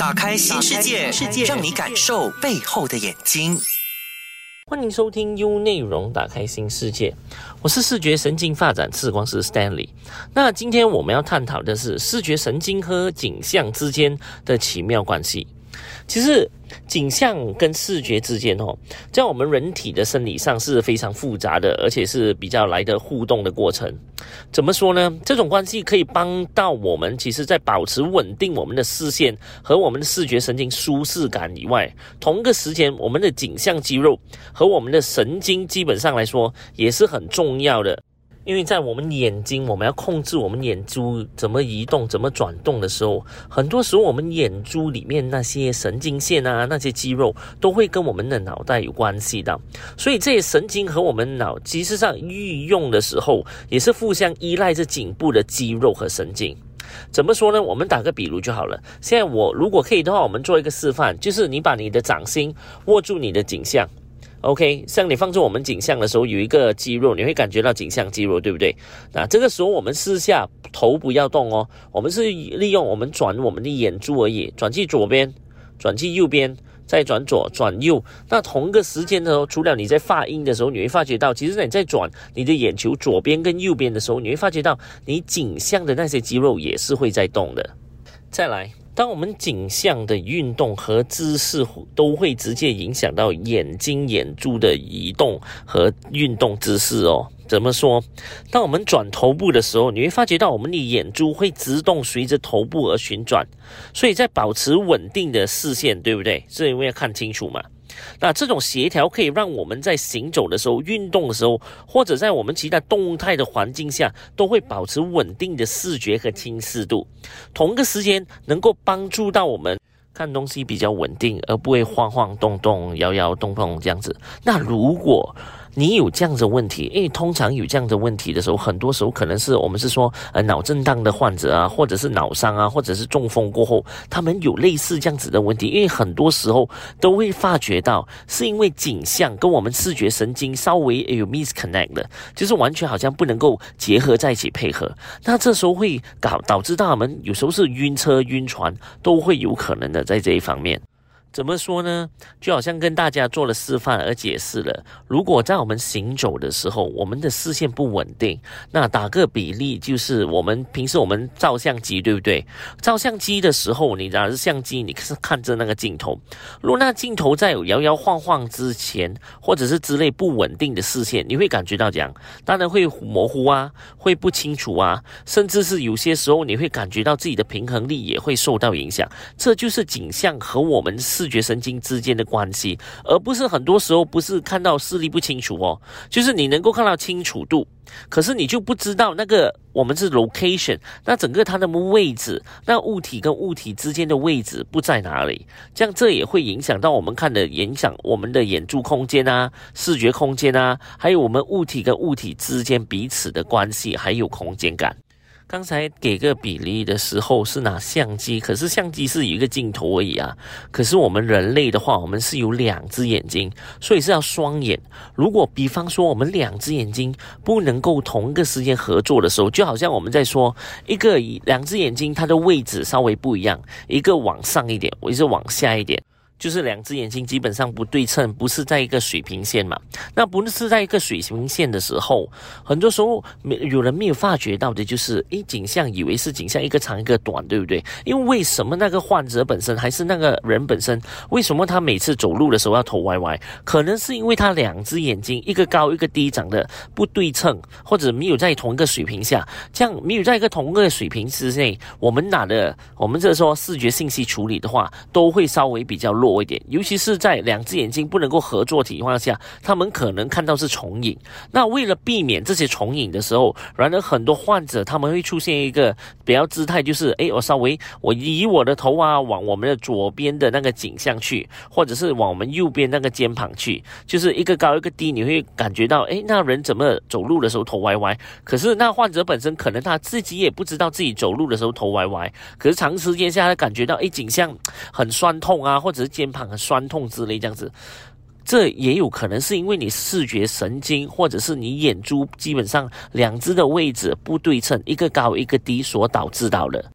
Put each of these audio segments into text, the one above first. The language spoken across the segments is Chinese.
打开新世界，让你感受背后的眼睛。 欢迎收听 U 内容打开新世界，我是视觉神经发展视光师 Stanley。那今天我们要探讨的是视觉神经和景象之间的奇妙关系。其实景象跟视觉之间在我们人体的生理上是非常复杂的，而且是比较来的互动的过程。怎么说呢？这种关系可以帮到我们，其实在保持稳定我们的视线和我们的视觉神经舒适感以外，同一个时间我们的景象肌肉和我们的神经基本上来说也是很重要的。因为在我们眼睛，我们要控制我们眼珠怎么移动、怎么转动的时候，很多时候我们眼珠里面那些神经线啊、那些肌肉都会跟我们的脑袋有关系的。所以这些神经和我们脑其实上运用的时候，也是互相依赖着颈部的肌肉和神经。怎么说呢？我们打个比如就好了。现在我如果可以的话，我们做一个示范，就是你把你的掌心握住你的景象。OK， 像你放住我们景象的时候，有一个肌肉，你会感觉到景象肌肉，对不对？那这个时候我们试下头不要动哦，我们是利用我们转我们的眼珠而已，转去左边，转去右边，再转左转右。那同一个时间的时候，除了你在发音的时候，你会发觉到，其实你在转你的眼球左边跟右边的时候，你会发觉到你景象的那些肌肉也是会在动的。再来，当我们景象的运动和姿势都会直接影响到眼睛眼珠的移动和运动姿势哦。怎么说？当我们转头部的时候，你会发觉到我们的眼珠会自动随着头部而旋转，所以在保持稳定的视线，对不对？是因为要看清楚嘛。那这种协调可以让我们在行走的时候、运动的时候，或者在我们其他动态的环境下，都会保持稳定的视觉和清晰度。同一个时间能够帮助到我们看东西比较稳定，而不会晃晃动动、摇摇动动这样子。那如果你有这样的问题，因为通常有这样的问题的时候，很多时候可能是我们是说脑震荡的患者啊，或者是脑伤啊，或者是中风过后，他们有类似这样子的问题，因为很多时候都会发觉到是因为景象跟我们视觉神经稍微有 misconnect 的，就是完全好像不能够结合在一起配合，那这时候会导致到他们有时候是晕车晕船都会有可能的在这一方面。怎么说呢？就好像跟大家做了示范而解释了，如果在我们行走的时候，我们的视线不稳定，那打个比例就是平时我们照相机，对不对？照相机的时候，你拿着相机，你是看着那个镜头，如果那镜头在有摇摇晃晃之前，或者是之类不稳定的视线，你会感觉到这样，当然会模糊啊，会不清楚啊，甚至是有些时候你会感觉到自己的平衡力也会受到影响。这就是景象和我们视觉神经之间的关系，而不是很多时候不是看到视力不清楚哦，就是你能够看到清楚度，可是你就不知道那个我们是 location， 那整个它的位置，那物体跟物体之间的位置不在哪里，这也会影响到我们影响我们的眼珠空间啊、视觉空间啊，还有我们物体跟物体之间彼此的关系，还有空间感。刚才给个比例的时候是拿相机，可是相机是有一个镜头而已啊。可是我们人类的话，我们是有两只眼睛，所以是要双眼。如果比方说我们两只眼睛不能够同一个时间合作的时候，就好像我们在说两只眼睛它的位置稍微不一样，一个往上一点，一个往下一点。就是两只眼睛基本上不对称，不是在一个水平线嘛。那不是在一个水平线的时候，很多时候有人没有发觉到的就是景象以为是景象一个长一个短，对不对？因为什么那个患者本身还是那个人本身，为什么他每次走路的时候要头歪歪？可能是因为他两只眼睛一个高一个低长得不对称，或者没有在同一个水平下，这样没有在一个同一个水平之内，我们这说视觉信息处理的话都会稍微比较弱一点，尤其是在两只眼睛不能够合作的情况下，他们可能看到是重影。那为了避免这些重影的时候，然而很多患者他们会出现一个比较姿态，就是我移我的头啊往我们的左边的那个景象去，或者是往我们右边那个肩膀去，就是一个高一个低，你会感觉到那人怎么走路的时候头歪歪，可是那患者本身可能他自己也不知道自己走路的时候头歪歪，可是长时间下来感觉到景象很酸痛啊，或者是肩膀很酸痛之类这样子。这也有可能是因为你视觉神经或者是你眼珠基本上两只的位置不对称，一个高一个低所导致到的。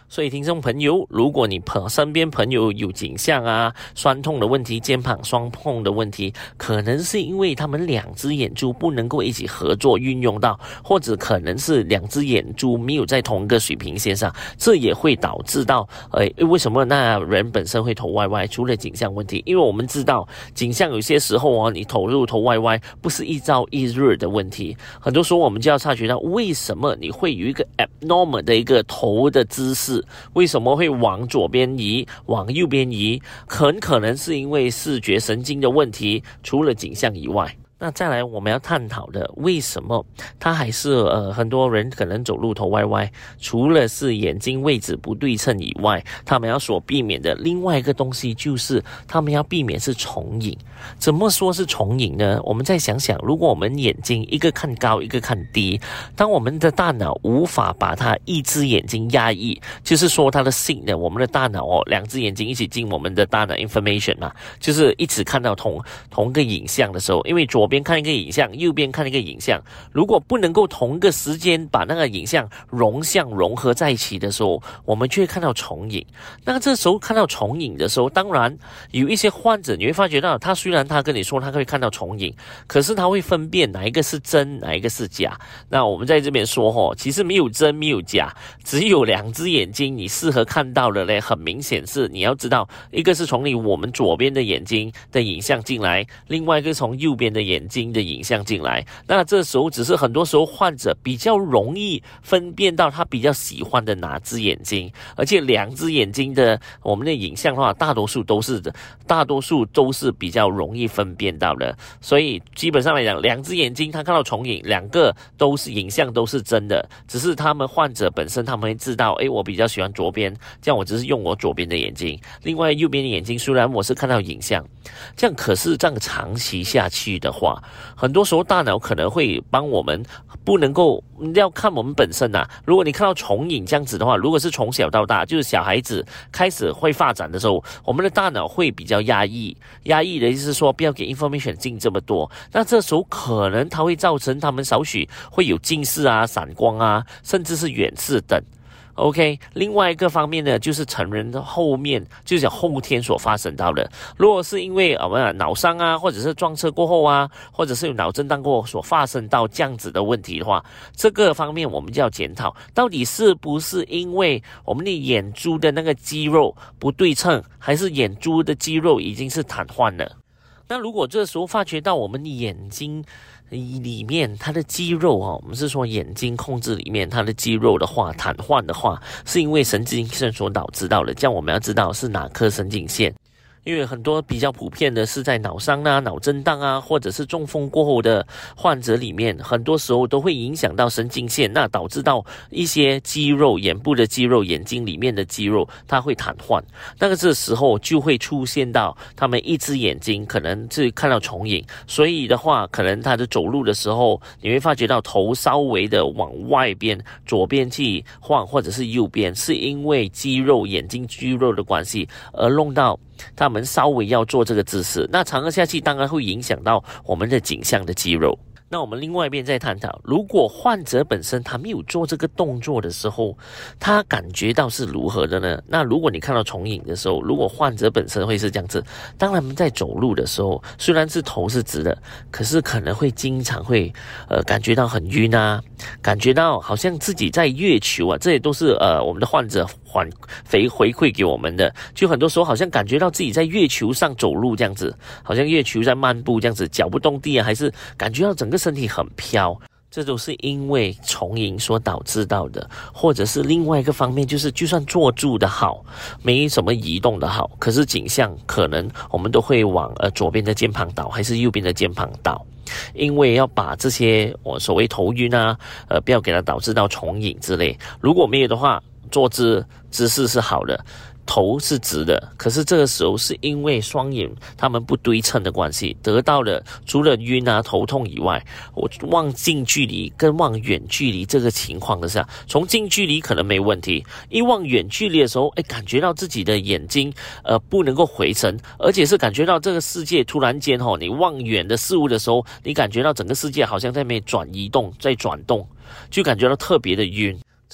所以听众朋友，如果你身边朋友有颈项啊、酸痛的问题、肩膀酸痛的问题，可能是因为他们两只眼珠不能够一起合作运用到，或者可能是两只眼珠没有在同一个水平线上，这也会导致到为什么那人本身会头歪歪？除了颈项问题，因为我们知道颈项有些时候你头歪歪不是一朝一日的问题，很多时候我们就要察觉到为什么你会有一个 abnormal 的一个头的姿势，为什么会往左边移，往右边移，很可能是因为视觉神经的问题，除了颈项以外。那再来我们要探讨的，为什么他还是很多人可能走路头歪歪，除了是眼睛位置不对称以外，他们要所避免的另外一个东西就是他们要避免是重影。怎么说是重影呢？我们再想想，如果我们眼睛一个看高一个看低，当我们的大脑无法把它一只眼睛压抑，就是说它的signal，我们的大脑两只眼睛一起进我们的大脑 information 嘛，就是一直看到同个影像的时候，因为左边看一个影像，右边看一个影像，如果不能够同个时间把那个影像融合在一起的时候，我们就会看到重影。那这时候看到重影的时候，当然有一些患者你会发觉到，他虽然他跟你说他会看到重影，可是他会分辨哪一个是真，哪一个是假。那我们在这边说其实没有真没有假，只有两只眼睛你适合看到的嘞，很明显是你要知道，一个是从我们左边的眼睛的影像进来，另外一个从右边的眼睛的影像进来。那这时候只是很多时候患者比较容易分辨到他比较喜欢的哪只眼睛，而且两只眼睛的我们的影像的话，大多数都是比较容易分辨到的。所以基本上来讲，两只眼睛他看到重影，两个都是影像都是真的，只是他们患者本身他们会知道，我比较喜欢左边，这样我只是用我左边的眼睛，另外右边的眼睛虽然我是看到影像，这样可是这样长期下去的话，很多时候大脑可能会帮我们不能够要看我们本身如果你看到重影这样子的话，如果是从小到大，就是小孩子开始会发展的时候，我们的大脑会比较压抑的意思是说不要给 information 进这么多，那这时候可能它会造成他们少许会有近视闪光甚至是远视等。OK， 另外一个方面呢，就是成人的后面，就是讲后天所发生到的。如果是因为脑伤或者是撞车过后或者是有脑震荡过后所发生到这样子的问题的话，这个方面我们就要检讨，到底是不是因为我们的眼珠的那个肌肉不对称，还是眼珠的肌肉已经是瘫痪了。那如果这时候发觉到我们的眼睛里面它的肌肉我们是说眼睛控制里面它的肌肉的话瘫痪的话，是因为神经线所导致到的，这样我们要知道是哪颗神经线。因为很多比较普遍的是在脑伤脑震荡或者是中风过后的患者里面，很多时候都会影响到神经线，那导致到一些肌肉，眼部的肌肉，眼睛里面的肌肉它会瘫痪，那个这时候就会出现到他们一只眼睛可能是看到重影，所以的话可能他的走路的时候你会发觉到头稍微的往外边左边去晃或者是右边，是因为肌肉眼睛肌肉的关系而弄到他们稍微要做这个姿势，那长而下去当然会影响到我们的颈项的肌肉。那我们另外一边再探讨，如果患者本身他没有做这个动作的时候，他感觉到是如何的呢？那如果你看到重影的时候，如果患者本身会是这样子，当然在走路的时候虽然是头是直的，可是可能会经常会感觉到很晕感觉到好像自己在月球这也都是我们的患者回馈给我们的，就很多时候好像感觉到自己在月球上走路这样子，好像月球在漫步这样子，脚不动地还是感觉到整个身体很飘，这都是因为重影所导致到的。或者是另外一个方面，就是就算坐住的好，没什么移动的好，可是颈项可能我们都会往左边的肩膀倒还是右边的肩膀倒，因为要把这些所谓头晕不要给它导致到重影之类。如果没有的话，坐姿势是好的，头是直的，可是这个时候是因为双眼它们不对称的关系得到的，除了晕头痛以外，我望近距离跟望远距离这个情况的下，从近距离可能没问题，一望远距离的时候感觉到自己的眼睛不能够回神，而且是感觉到这个世界突然间你望远的事物的时候，你感觉到整个世界好像在那边移动在转动，就感觉到特别的晕。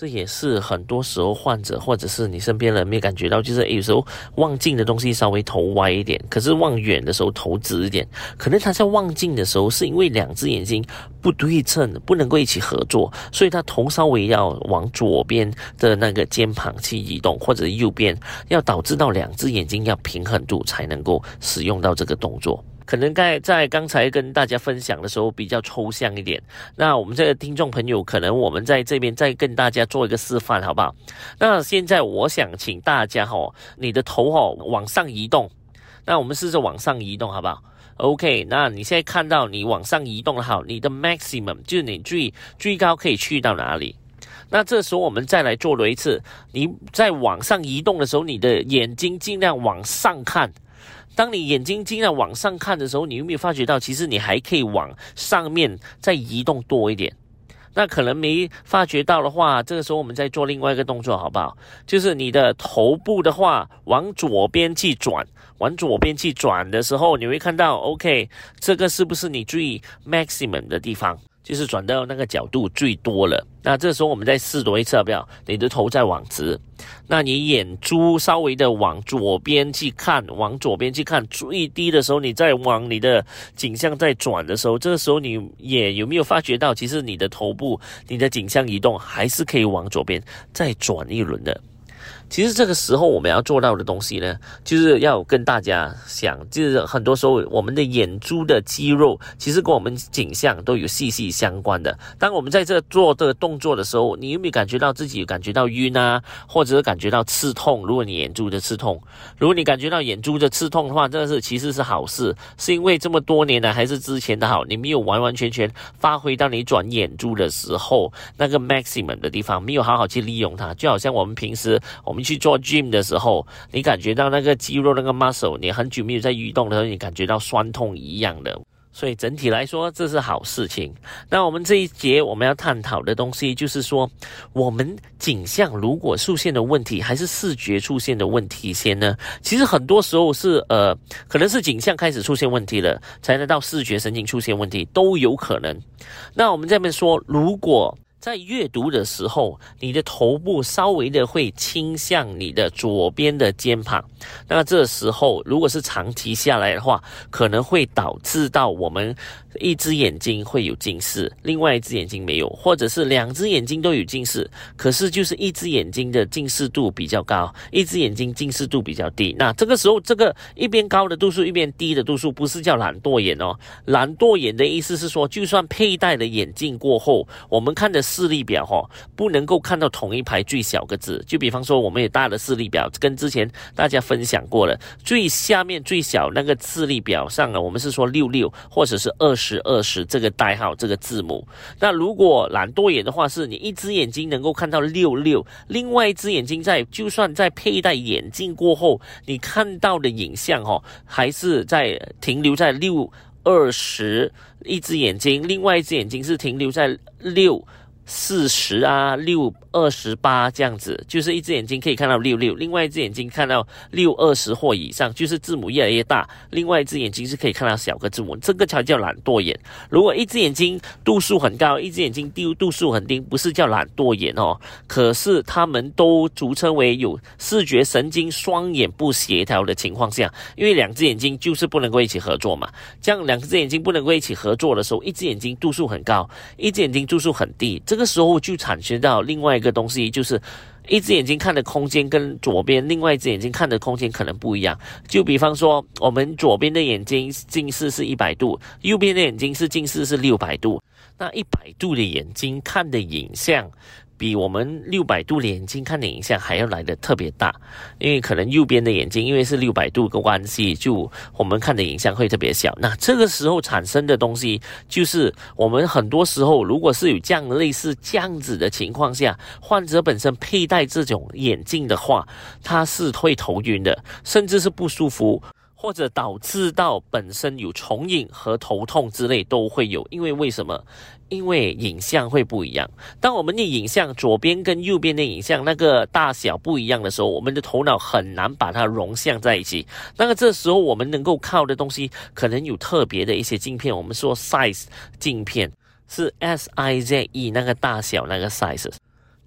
这也是很多时候患者或者是你身边人没有感觉到，就是有时候望近的东西稍微头歪一点，可是望远的时候头直一点，可能他在望近的时候是因为两只眼睛不对称，不能够一起合作，所以他头稍微要往左边的那个肩膀去移动，或者右边，要导致到两只眼睛要平衡度才能够使用到这个动作。可能在刚才跟大家分享的时候比较抽象一点，那我们这个听众朋友可能我们在这边再跟大家做一个示范好不好？那现在我想请大家你的头往上移动，那我们试着往上移动好不好？OK， 那你现在看到你往上移动了，好，你的 maximum 就是你最高可以去到哪里？那这时候我们再来做了一次，你在往上移动的时候，你的眼睛尽量往上看。当你眼睛尽量往上看的时候，你有没有发觉到其实你还可以往上面再移动多一点？那可能没发觉到的话，这个时候我们再做另外一个动作好不好？就是你的头部的话往左边去转，往左边去转的时候，你会看到 OK， 这个是不是你最 maximum 的地方？就是转到那个角度最多了。那这时候我们再试多一次好不好？你的头再往直，那你眼珠稍微的往左边去看，往左边去看，最低的时候你再往你的颈项再转的时候，这个时候你也有没有发觉到其实你的头部你的颈项移动还是可以往左边再转一轮的。其实这个时候我们要做到的东西呢，就是要跟大家想，就是很多时候我们的眼珠的肌肉其实跟我们颈项都有息息相关的。当我们在这做这个动作的时候，你有没有感觉到自己感觉到晕啊，或者是感觉到刺痛？如果你眼珠的刺痛，如果你感觉到眼珠的刺痛的话，这是其实是好事，是因为这么多年来还是之前的好，你没有完完全全发挥到你转眼珠的时候那个 maximum 的地方，没有好好去利用它。就好像我们平时我们去做 gym 的时候，你感觉到那个肌肉那个 muscle 你很久没有在运动的时候，你感觉到酸痛一样的。所以整体来说这是好事情。那我们这一节我们要探讨的东西就是说，我们颈项如果出现的问题还是视觉出现的问题先呢？其实很多时候是可能是颈项开始出现问题了，才能到视觉神经出现问题，都有可能。那我们这边说，如果在阅读的时候，你的头部稍微的会倾向你的左边的肩膀，那这时候如果是长期下来的话，可能会导致到我们一只眼睛会有近视，另外一只眼睛没有，或者是两只眼睛都有近视，可是就是一只眼睛的近视度比较高，一只眼睛近视度比较低。那这个时候这个一边高的度数一边低的度数不是叫懒惰眼哦，懒惰眼的意思是说，就算佩戴了眼镜过后，我们看的视力表不能够看到同一排最小个字。就比方说我们也搭了视力表，跟之前大家分享过了，最下面最小那个视力表上我们是说66或者是20这个代号这个字母。那如果懒惰眼的话，是你一只眼睛能够看到66，另外一只眼睛就算在佩戴眼镜过后，你看到的影像还是在停留在620一只眼睛，另外一只眼睛是停留在640啊628这样子，就是一只眼睛可以看到66，另外一只眼睛看到620或以上，就是字母越来越大，另外一只眼睛是可以看到小个字母，这个才叫懒惰眼。如果一只眼睛度数很高，一只眼睛度数很低，不是叫懒惰眼可是他们都俗称为有视觉神经双眼不协调的情况下，因为两只眼睛就是不能够一起合作嘛，这样两只眼睛不能够一起合作的时候，一只眼睛度数很高，一只眼睛度数很低，这个时候就产生到另外一个东西，就是一只眼睛看的空间跟左边另外一只眼睛看的空间可能不一样。就比方说我们左边的眼睛近视是100度，右边的眼睛是近视是600度，那100度的眼睛看的影像比我们600度的眼睛看的影像还要来得特别大，因为可能右边的眼睛因为是600度的关系，就我们看的影像会特别小。那这个时候产生的东西就是我们很多时候如果是有这样类似这样子的情况下，患者本身佩戴这种眼镜的话，他是会头晕的，甚至是不舒服，或者导致到本身有重影和头痛之类都会有。因为为什么？因为影像会不一样。当我们的影像左边跟右边的影像那个大小不一样的时候，我们的头脑很难把它融像在一起。那个这时候我们能够靠的东西可能有特别的一些镜片，我们说 size 镜片是 SIZE 那个大小那个 size。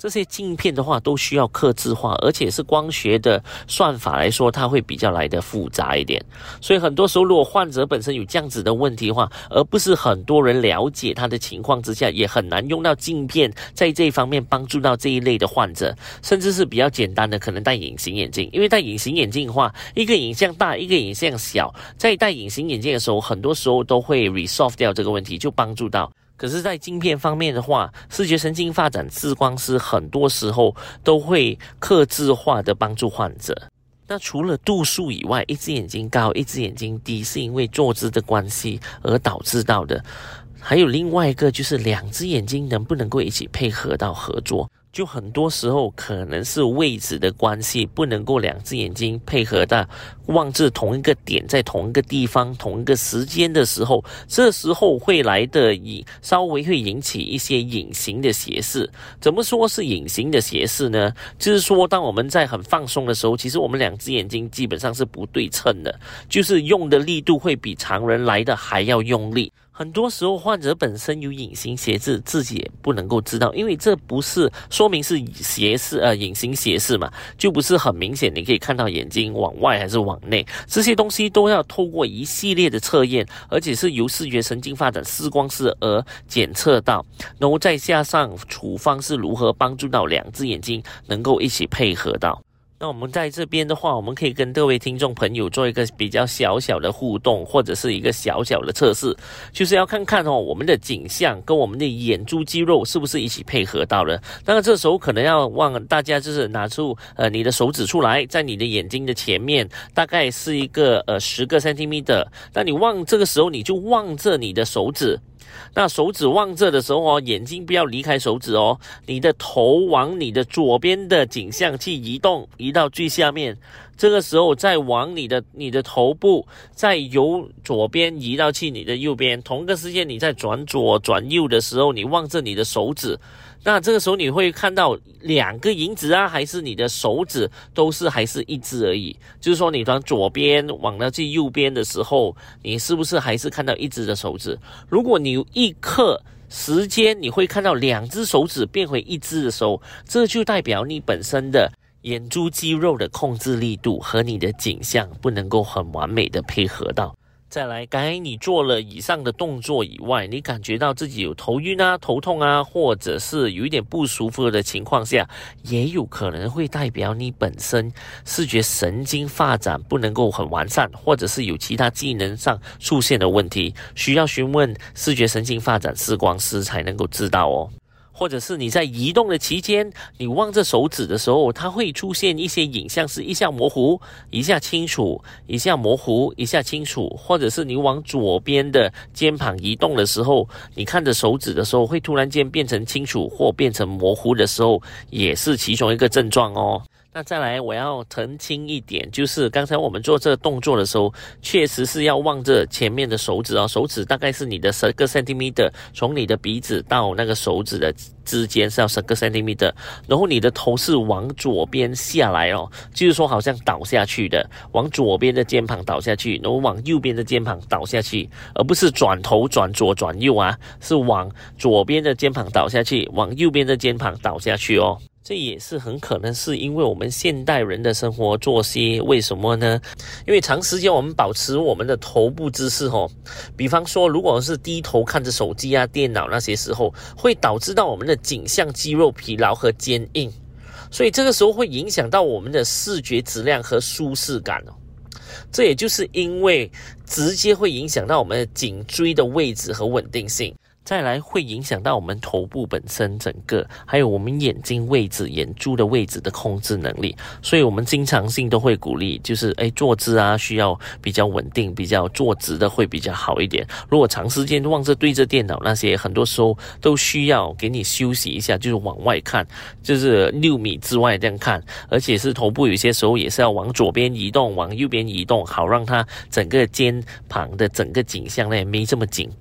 这些镜片的话都需要客制化，而且是光学的算法来说，它会比较来的复杂一点。所以很多时候，如果患者本身有这样子的问题的话，而不是很多人了解他的情况之下，也很难用到镜片在这一方面帮助到这一类的患者。甚至是比较简单的，可能戴隐形眼镜，因为戴隐形眼镜的话，一个影像大，一个影像小，在戴隐形眼镜的时候，很多时候都会 resolve 掉这个问题，就帮助到。可是在镜片方面的话，视觉神经发展视光师很多时候都会客制化的帮助患者。那除了度数以外，一只眼睛高，一只眼睛低，是因为坐姿的关系而导致到的。还有另外一个就是两只眼睛能不能够一起配合到合作，就很多时候可能是位置的关系，不能够两只眼睛配合到望至同一个点，在同一个地方同一个时间的时候，这时候会来的稍微会引起一些隐形的斜视。怎么说是隐形的斜视呢？就是说当我们在很放松的时候，其实我们两只眼睛基本上是不对称的，就是用的力度会比常人来的还要用力。很多时候患者本身有隐形斜视，自己也不能够知道，因为这不是说明是斜视隐形斜视嘛，就不是很明显你可以看到眼睛往外还是往内，这些东西都要透过一系列的测验，而且是由视觉神经发展视光师而检测到，然后再加上处方是如何帮助到两只眼睛能够一起配合到。那我们在这边的话，我们可以跟各位听众朋友做一个比较小小的互动，或者是一个小小的测试，就是要看看我们的景象跟我们的眼珠肌肉是不是一起配合到了。当然这时候可能要望大家就是拿出你的手指出来，在你的眼睛的前面，大概是一个10个 cm， 那你这个时候你就望着你的手指。那手指望着的时候眼睛不要离开手指你的头往你的左边的景象去移动，移到最下面，这个时候再往你的头部，再由左边移到去你的右边，同一个时间你在转左转右的时候，你望着你的手指，那这个时候你会看到两个影子还是你的手指都是还是一只而已，就是说你从左边往到去右边的时候，你是不是还是看到一只的手指？如果你有一刻时间你会看到两只手指变回一只的时候，这就代表你本身的眼珠肌肉的控制力度和你的景象不能够很完美的配合到。再来，刚才你做了以上的动作以外，你感觉到自己有头晕头痛或者是有一点不舒服的情况下，也有可能会代表你本身视觉神经发展不能够很完善，或者是有其他技能上出现的问题，需要询问视觉神经发展视光师才能够知道或者是你在移动的期间，你望着手指的时候，它会出现一些影像，是一下模糊，一下清楚，一下模糊，一下清楚，或者是你往左边的肩膀移动的时候，你看着手指的时候会突然间变成清楚或变成模糊的时候，也是其中一个症状那再来我要澄清一点，就是刚才我们做这个动作的时候，确实是要望着前面的手指手指大概是你的10个 cm， 从你的鼻子到那个手指的之间是要10个 cm， 然后你的头是往左边下来就是说好像倒下去的，往左边的肩膀倒下去，然后往右边的肩膀倒下去，而不是转头转左转右是往左边的肩膀倒下去，往右边的肩膀倒下去这也是很可能是因为我们现代人的生活作息，为什么呢？因为长时间我们保持我们的头部姿势比方说如果是低头看着手机电脑那些时候，会导致到我们的颈项肌肉疲劳和坚硬，所以这个时候会影响到我们的视觉质量和舒适感这也就是因为直接会影响到我们的颈椎的位置和稳定性，再来会影响到我们头部本身整个，还有我们眼睛位置、眼珠的位置的控制能力。所以我们经常性都会鼓励，就是坐姿需要比较稳定，比较坐直的会比较好一点。如果长时间望着对着电脑那些，很多时候都需要给你休息一下，就是往外看，就是6米之外这样看，而且是头部有些时候也是要往左边移动，往右边移动，好让它整个肩膀的整个颈项没这么紧绷。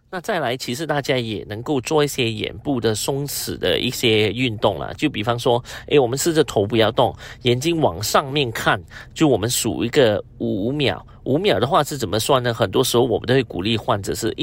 那再来，其实大家也能够做一些眼部的松弛的一些运动啦，就比方说，我们试着头不要动，眼睛往上面看，就我们数一个5秒。5秒的话是怎么算呢？很多时候我们都会鼓励患者是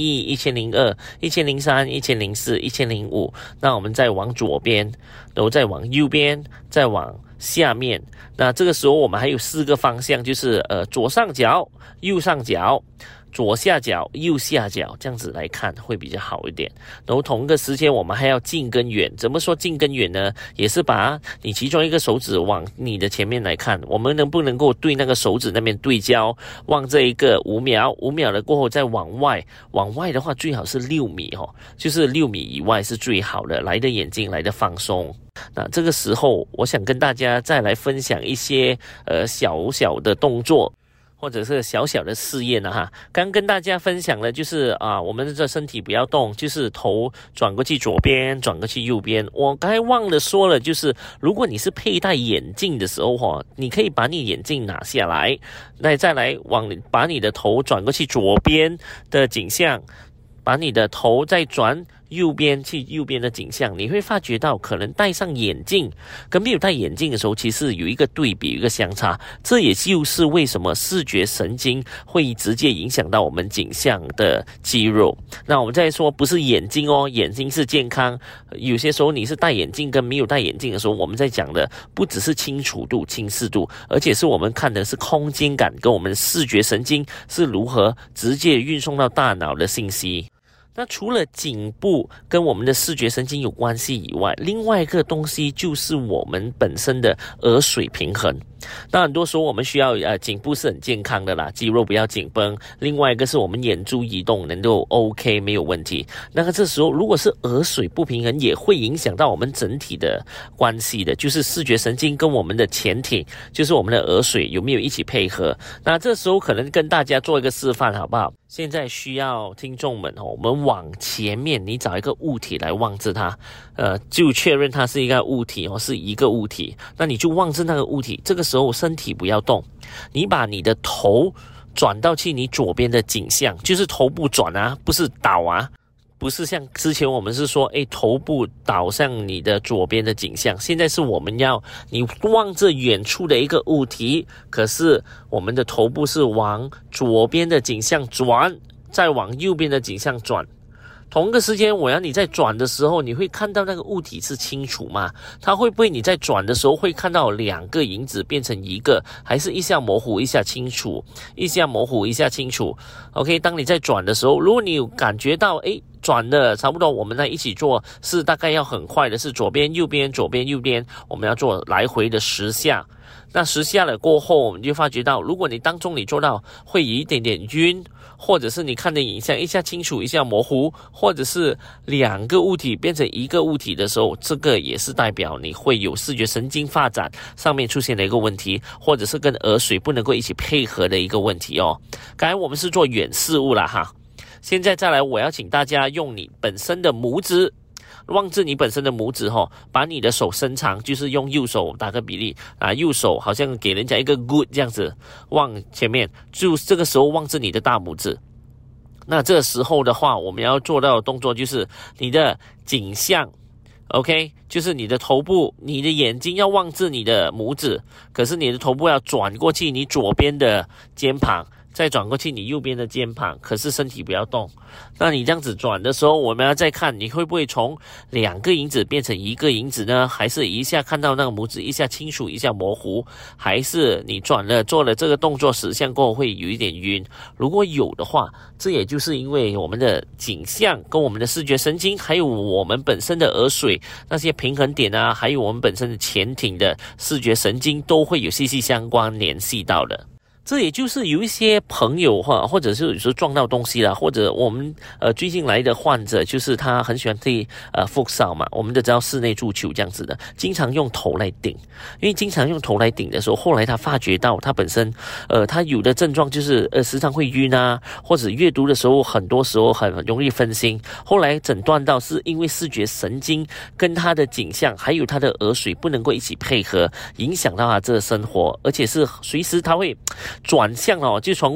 1001、1002、1003、1004、1005，那我们再往左边，然后再往右边，再往下面。那这个时候我们还有4个方向，就是左上角、右上角、左下角、右下角，这样子来看会比较好一点。然后同一个时间我们还要近跟远。怎么说近跟远呢？也是把你其中一个手指往你的前面来看，我们能不能够对那个手指那边对焦，望这一个5秒，5秒了过后再往外的话最好是6米就是6米以外是最好的，来的眼睛来的放松。那这个时候我想跟大家再来分享一些小小的动作，或者是小小的试验哈。刚跟大家分享的就是我们的身体不要动，就是头转过去左边，转过去右边。我刚才忘了说了，就是如果你是佩戴眼镜的时候你可以把你眼镜拿下来，那再来把你的头转过去左边的景象，把你的头再转右边去右边的景象，你会发觉到可能戴上眼镜跟没有戴眼镜的时候其实有一个对比，有一个相差。这也就是为什么视觉神经会直接影响到我们景象的肌肉。那我们再说不是眼睛眼睛是健康，有些时候你是戴眼镜跟没有戴眼镜的时候，我们在讲的不只是清楚度、清晰度，而且是我们看的是空间感跟我们的视觉神经是如何直接运送到大脑的信息。那除了颈部跟我们的视觉神经有关系以外，另外一个东西就是我们本身的耳水平衡。那很多时候我们需要颈部是很健康的啦，肌肉不要紧绷。另外一个是我们眼珠移动能够 OK 没有问题。那个这时候如果是耳水不平衡，也会影响到我们整体的关系的，就是视觉神经跟我们的前庭，就是我们的耳水有没有一起配合。那这时候可能跟大家做一个示范好不好？现在需要听众们我们往前面，你找一个物体来望着它，就确认它是一个物体是一个物体。那你就望着那个物体，这个时候身体不要动，你把你的头转到去你左边的景象，就是头部转不是倒不是像之前我们是说头部倒向你的左边的景象，现在是我们要你望着远处的一个物体，可是我们的头部是往左边的景象转，再往右边的景象转。同一个时间我要你在转的时候，你会看到那个物体是清楚吗？它会不会你在转的时候会看到2个影子变成一个，还是一下模糊一下清楚，一下模糊一下清楚。 OK， 当你在转的时候，如果你有感觉到转的差不多，我们来一起做，是大概要很快的，是左边右边左边右边，我们要做来回的10下。那10下了过后，我们就发觉到，如果你当中你做到会有一点点晕，或者是你看的影像一下清楚一下模糊，或者是2个物体变成一个物体的时候，这个也是代表你会有视觉神经发展上面出现的一个问题，或者是跟耳水不能够一起配合的一个问题刚才我们是做远视物啦哈，现在再来我要请大家用你本身的拇指，望着你本身的拇指把你的手伸长，就是用右手打个比例右手好像给人家一个 good 这样子望前面，就这个时候望着你的大拇指。那这时候的话，我们要做到的动作就是你的颈项 OK， 就是你的头部，你的眼睛要望着你的拇指，可是你的头部要转过去你左边的肩膀，再转过去你右边的肩膀，可是身体不要动。那你这样子转的时候，我们要再看你会不会从2个影子变成1个影子呢？还是一下看到那个拇指一下清楚一下模糊？还是你做了这个动作10下过后会有一点晕？如果有的话，这也就是因为我们的颈项跟我们的视觉神经，还有我们本身的耳水那些平衡点还有我们本身的前庭的视觉神经都会有息息相关联系到的。这也就是有一些朋友或者是有时候撞到东西啦，或者我们最近来的患者，就是他很喜欢踢futsal嘛，我们都知道室内足球这样子的，经常用头来顶。因为经常用头来顶的时候，后来他发觉到他本身他有的症状就是时常会晕或者阅读的时候很多时候很容易分心。后来诊断到是因为视觉神经跟他的景象还有他的耳水不能够一起配合，影响到他这个生活，而且是随时他会转向就从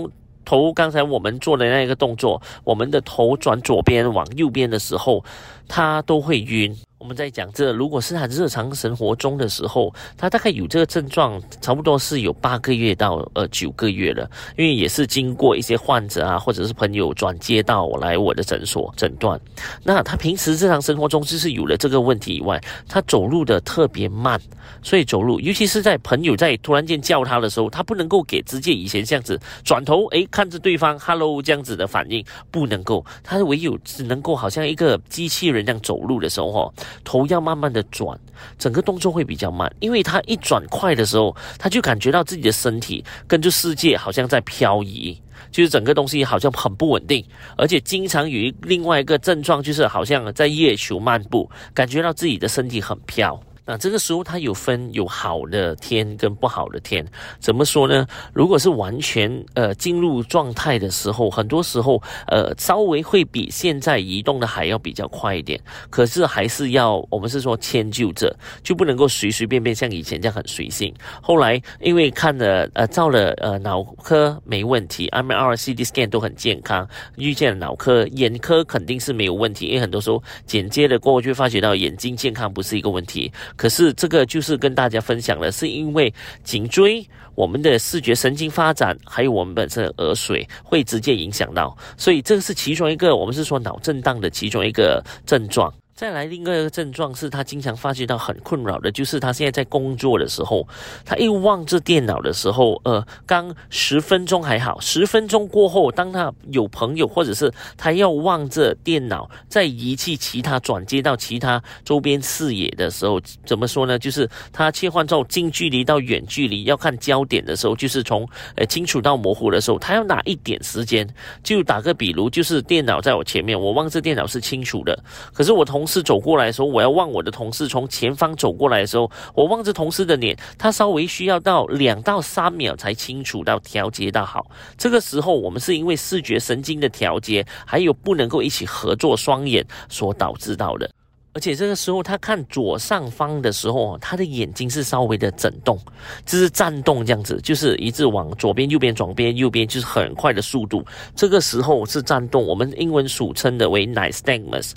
头刚才我们做的那个动作，我们的头转左边往右边的时候，他都会晕。我们在讲这，如果是他日常生活中的时候，他大概有这个症状，差不多是有8个月到9个月了。因为也是经过一些患者啊，或者是朋友转接到我来我的诊所诊断。那他平时日常生活中就是有了这个问题以外，他走路的特别慢，所以走路，尤其是在朋友在突然间叫他的时候，他不能够给直接以前这样子转头看着对方 hello 这样子的反应，不能够，他唯有只能够好像一个机器人这样走路的时候头要慢慢的转，整个动作会比较慢，因为他一转快的时候，他就感觉到自己的身体跟着世界好像在漂移，就是整个东西好像很不稳定，而且经常有另外一个症状，就是好像在月球漫步，感觉到自己的身体很飘。那这个时候它有分有好的天跟不好的天，怎么说呢？如果是完全进入状态的时候，很多时候稍微会比现在移动的还要比较快一点，可是还是要我们是说迁就着，就不能够随随便便像以前这样很随性。后来因为看了照了脑科没问题 ，MRI、CT scan 都很健康，遇见了脑科，眼科肯定是没有问题，因为很多时候剪接的过后就发觉到眼睛健康不是一个问题。可是这个就是跟大家分享了，是因为颈椎、我们的视觉神经发展，还有我们本身的耳水会直接影响到，所以这个是其中一个，我们是说脑震荡的其中一个症状。再来另外一个症状是他经常发觉到很困扰的，就是他现在在工作的时候，他一望着电脑的时候，刚10分钟还好，10分钟过后，当他有朋友或者是他要望着电脑再移去其他转接到其他周边视野的时候，怎么说呢？就是他切换到近距离到远距离要看焦点的时候，就是从清楚到模糊的时候，他要拿一点时间。就打个比如，就是电脑在我前面，我望着电脑是清楚的，可是我同事走过来的时候，我要望我的同事从前方走过来的时候，我望着同事的脸，他稍微需要到2到3秒才清楚到调节到好。这个时候我们是因为视觉神经的调节，还有不能够一起合作双眼所导致到的。而且这个时候他看左上方的时候，他的眼睛是稍微的震动，就是颤动这样子，就是一直往左边右边左边右边，就是很快的速度。这个时候是颤动，我们英文俗称的为 nystagmus，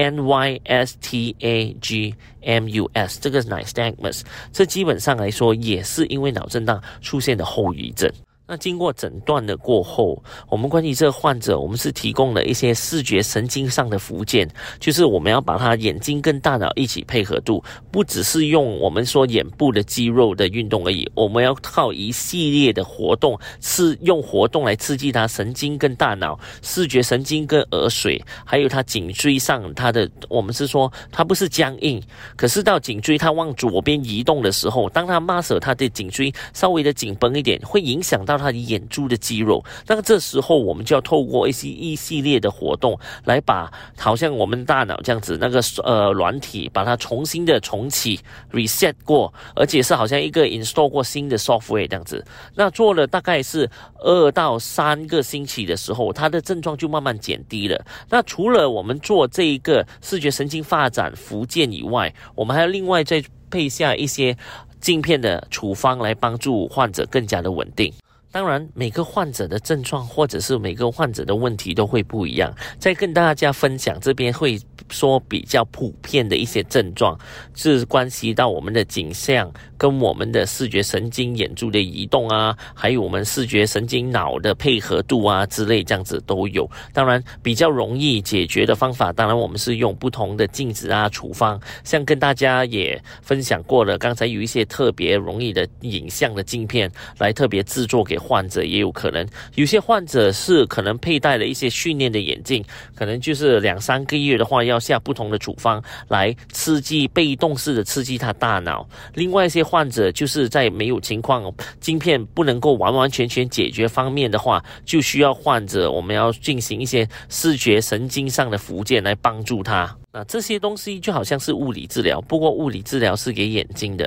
nystagmus， 这个 nystagmus， 这基本上来说也是因为脑震荡出现的后遗症。那经过诊断的过后，我们关于这个患者，我们是提供了一些视觉神经上的复健，就是我们要把他眼睛跟大脑一起配合度，不只是用我们说眼部的肌肉的运动而已，我们要靠一系列的活动，是用活动来刺激他神经跟大脑、视觉神经跟耳水，还有他颈椎上他的，我们是说他不是僵硬，可是到颈椎他往左边移动的时候，当他muscle他的颈椎稍微的紧绷一点，会影响到他的眼珠的肌肉，那这时候我们就要透过一系列的活动来把好像我们大脑这样子那个软体把它重新的重启 reset 过，而且是好像一个 install 过新的 software 这样子。那做了大概是2到3个星期的时候，它的症状就慢慢减低了。那除了我们做这一个视觉神经发展复健以外，我们还要另外再配下一些镜片的处方来帮助患者更加的稳定。当然每个患者的症状或者是每个患者的问题都会不一样，再跟大家分享这边会说比较普遍的一些症状，是关系到我们的景象跟我们的视觉神经眼珠的移动啊，还有我们视觉神经脑的配合度啊之类，这样子都有。当然比较容易解决的方法，当然我们是用不同的镜子啊处方，像跟大家也分享过了，刚才有一些特别容易的影像的镜片来特别制作给患者，也有可能有些患者是可能佩戴了一些训练的眼镜，可能就是2-3个月的话要下不同的处方来刺激，被动式的刺激他大脑。另外一些患者就是在没有情况镜片不能够完完全全解决方面的话，就需要患者我们要进行一些视觉神经上的复健来帮助他。那这些东西就好像是物理治疗，不过物理治疗是给眼睛的。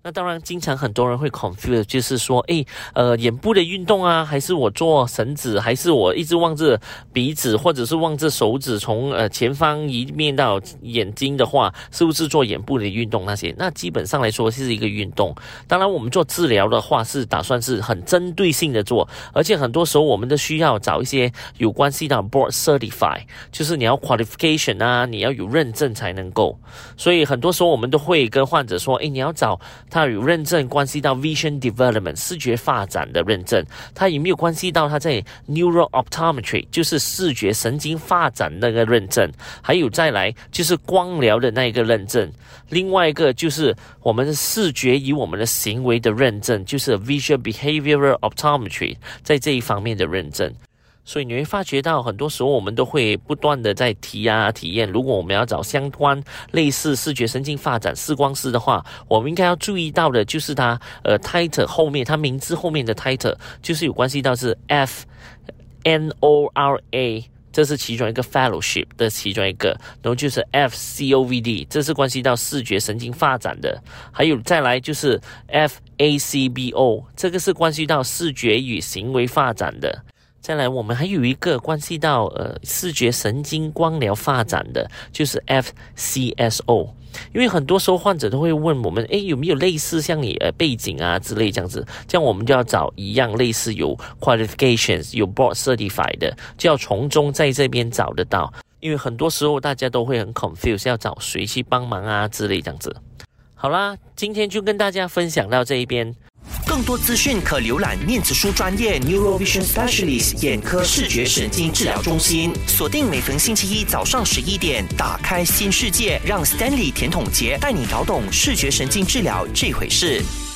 那当然，经常很多人会 confuse， 就是说，眼部的运动啊，还是我做绳子，还是我一直望着鼻子，或者是望着手指从前方移面到眼睛的话，是不是做眼部的运动那些？那基本上来说是一个运动。当然，我们做治疗的话是打算是很针对性的做，而且很多时候我们都需要找一些有关系到 board certify， 就是你要 qualification 啊，你要有认证才能够。所以很多时候我们都会跟患者说，你要找他有认证关系到 vision development 视觉发展的认证，他有没有关系到他在 neural optometry 就是视觉神经发展那个认证，还有再来就是光疗的那一个认证，另外一个就是我们的视觉与我们的行为的认证，就是 visual behavioral optometry 在这一方面的认证。所以你会发觉到很多时候我们都会不断的在体验，如果我们要找相关类似视觉神经发展视光师的话，我们应该要注意到的就是它title 后面，它名字后面的 title 就是有关系到是 FNORA， 这是其中一个 fellowship 的其中一个，然后就是 FCOVD， 这是关系到视觉神经发展的，还有再来就是 FACBO， 这个是关系到视觉与行为发展的。再来我们还有一个关系到视觉神经光疗发展的，就是 FCSO。 因为很多时候患者都会问我们有没有类似像你背景啊之类这样子，这样我们就要找一样类似有 qualifications 有 board certified 的，就要从中在这边找得到。因为很多时候大家都会很 confused 要找谁去帮忙啊之类这样子。好啦，今天就跟大家分享到这一边。 更多资讯可浏览面子书专业 Neurovision Specialist 眼科视觉神经治疗中心，锁定每逢星期一早上11点，打开新世界，让 Stanley 甜筒节带你搞懂视觉神经治疗这回事。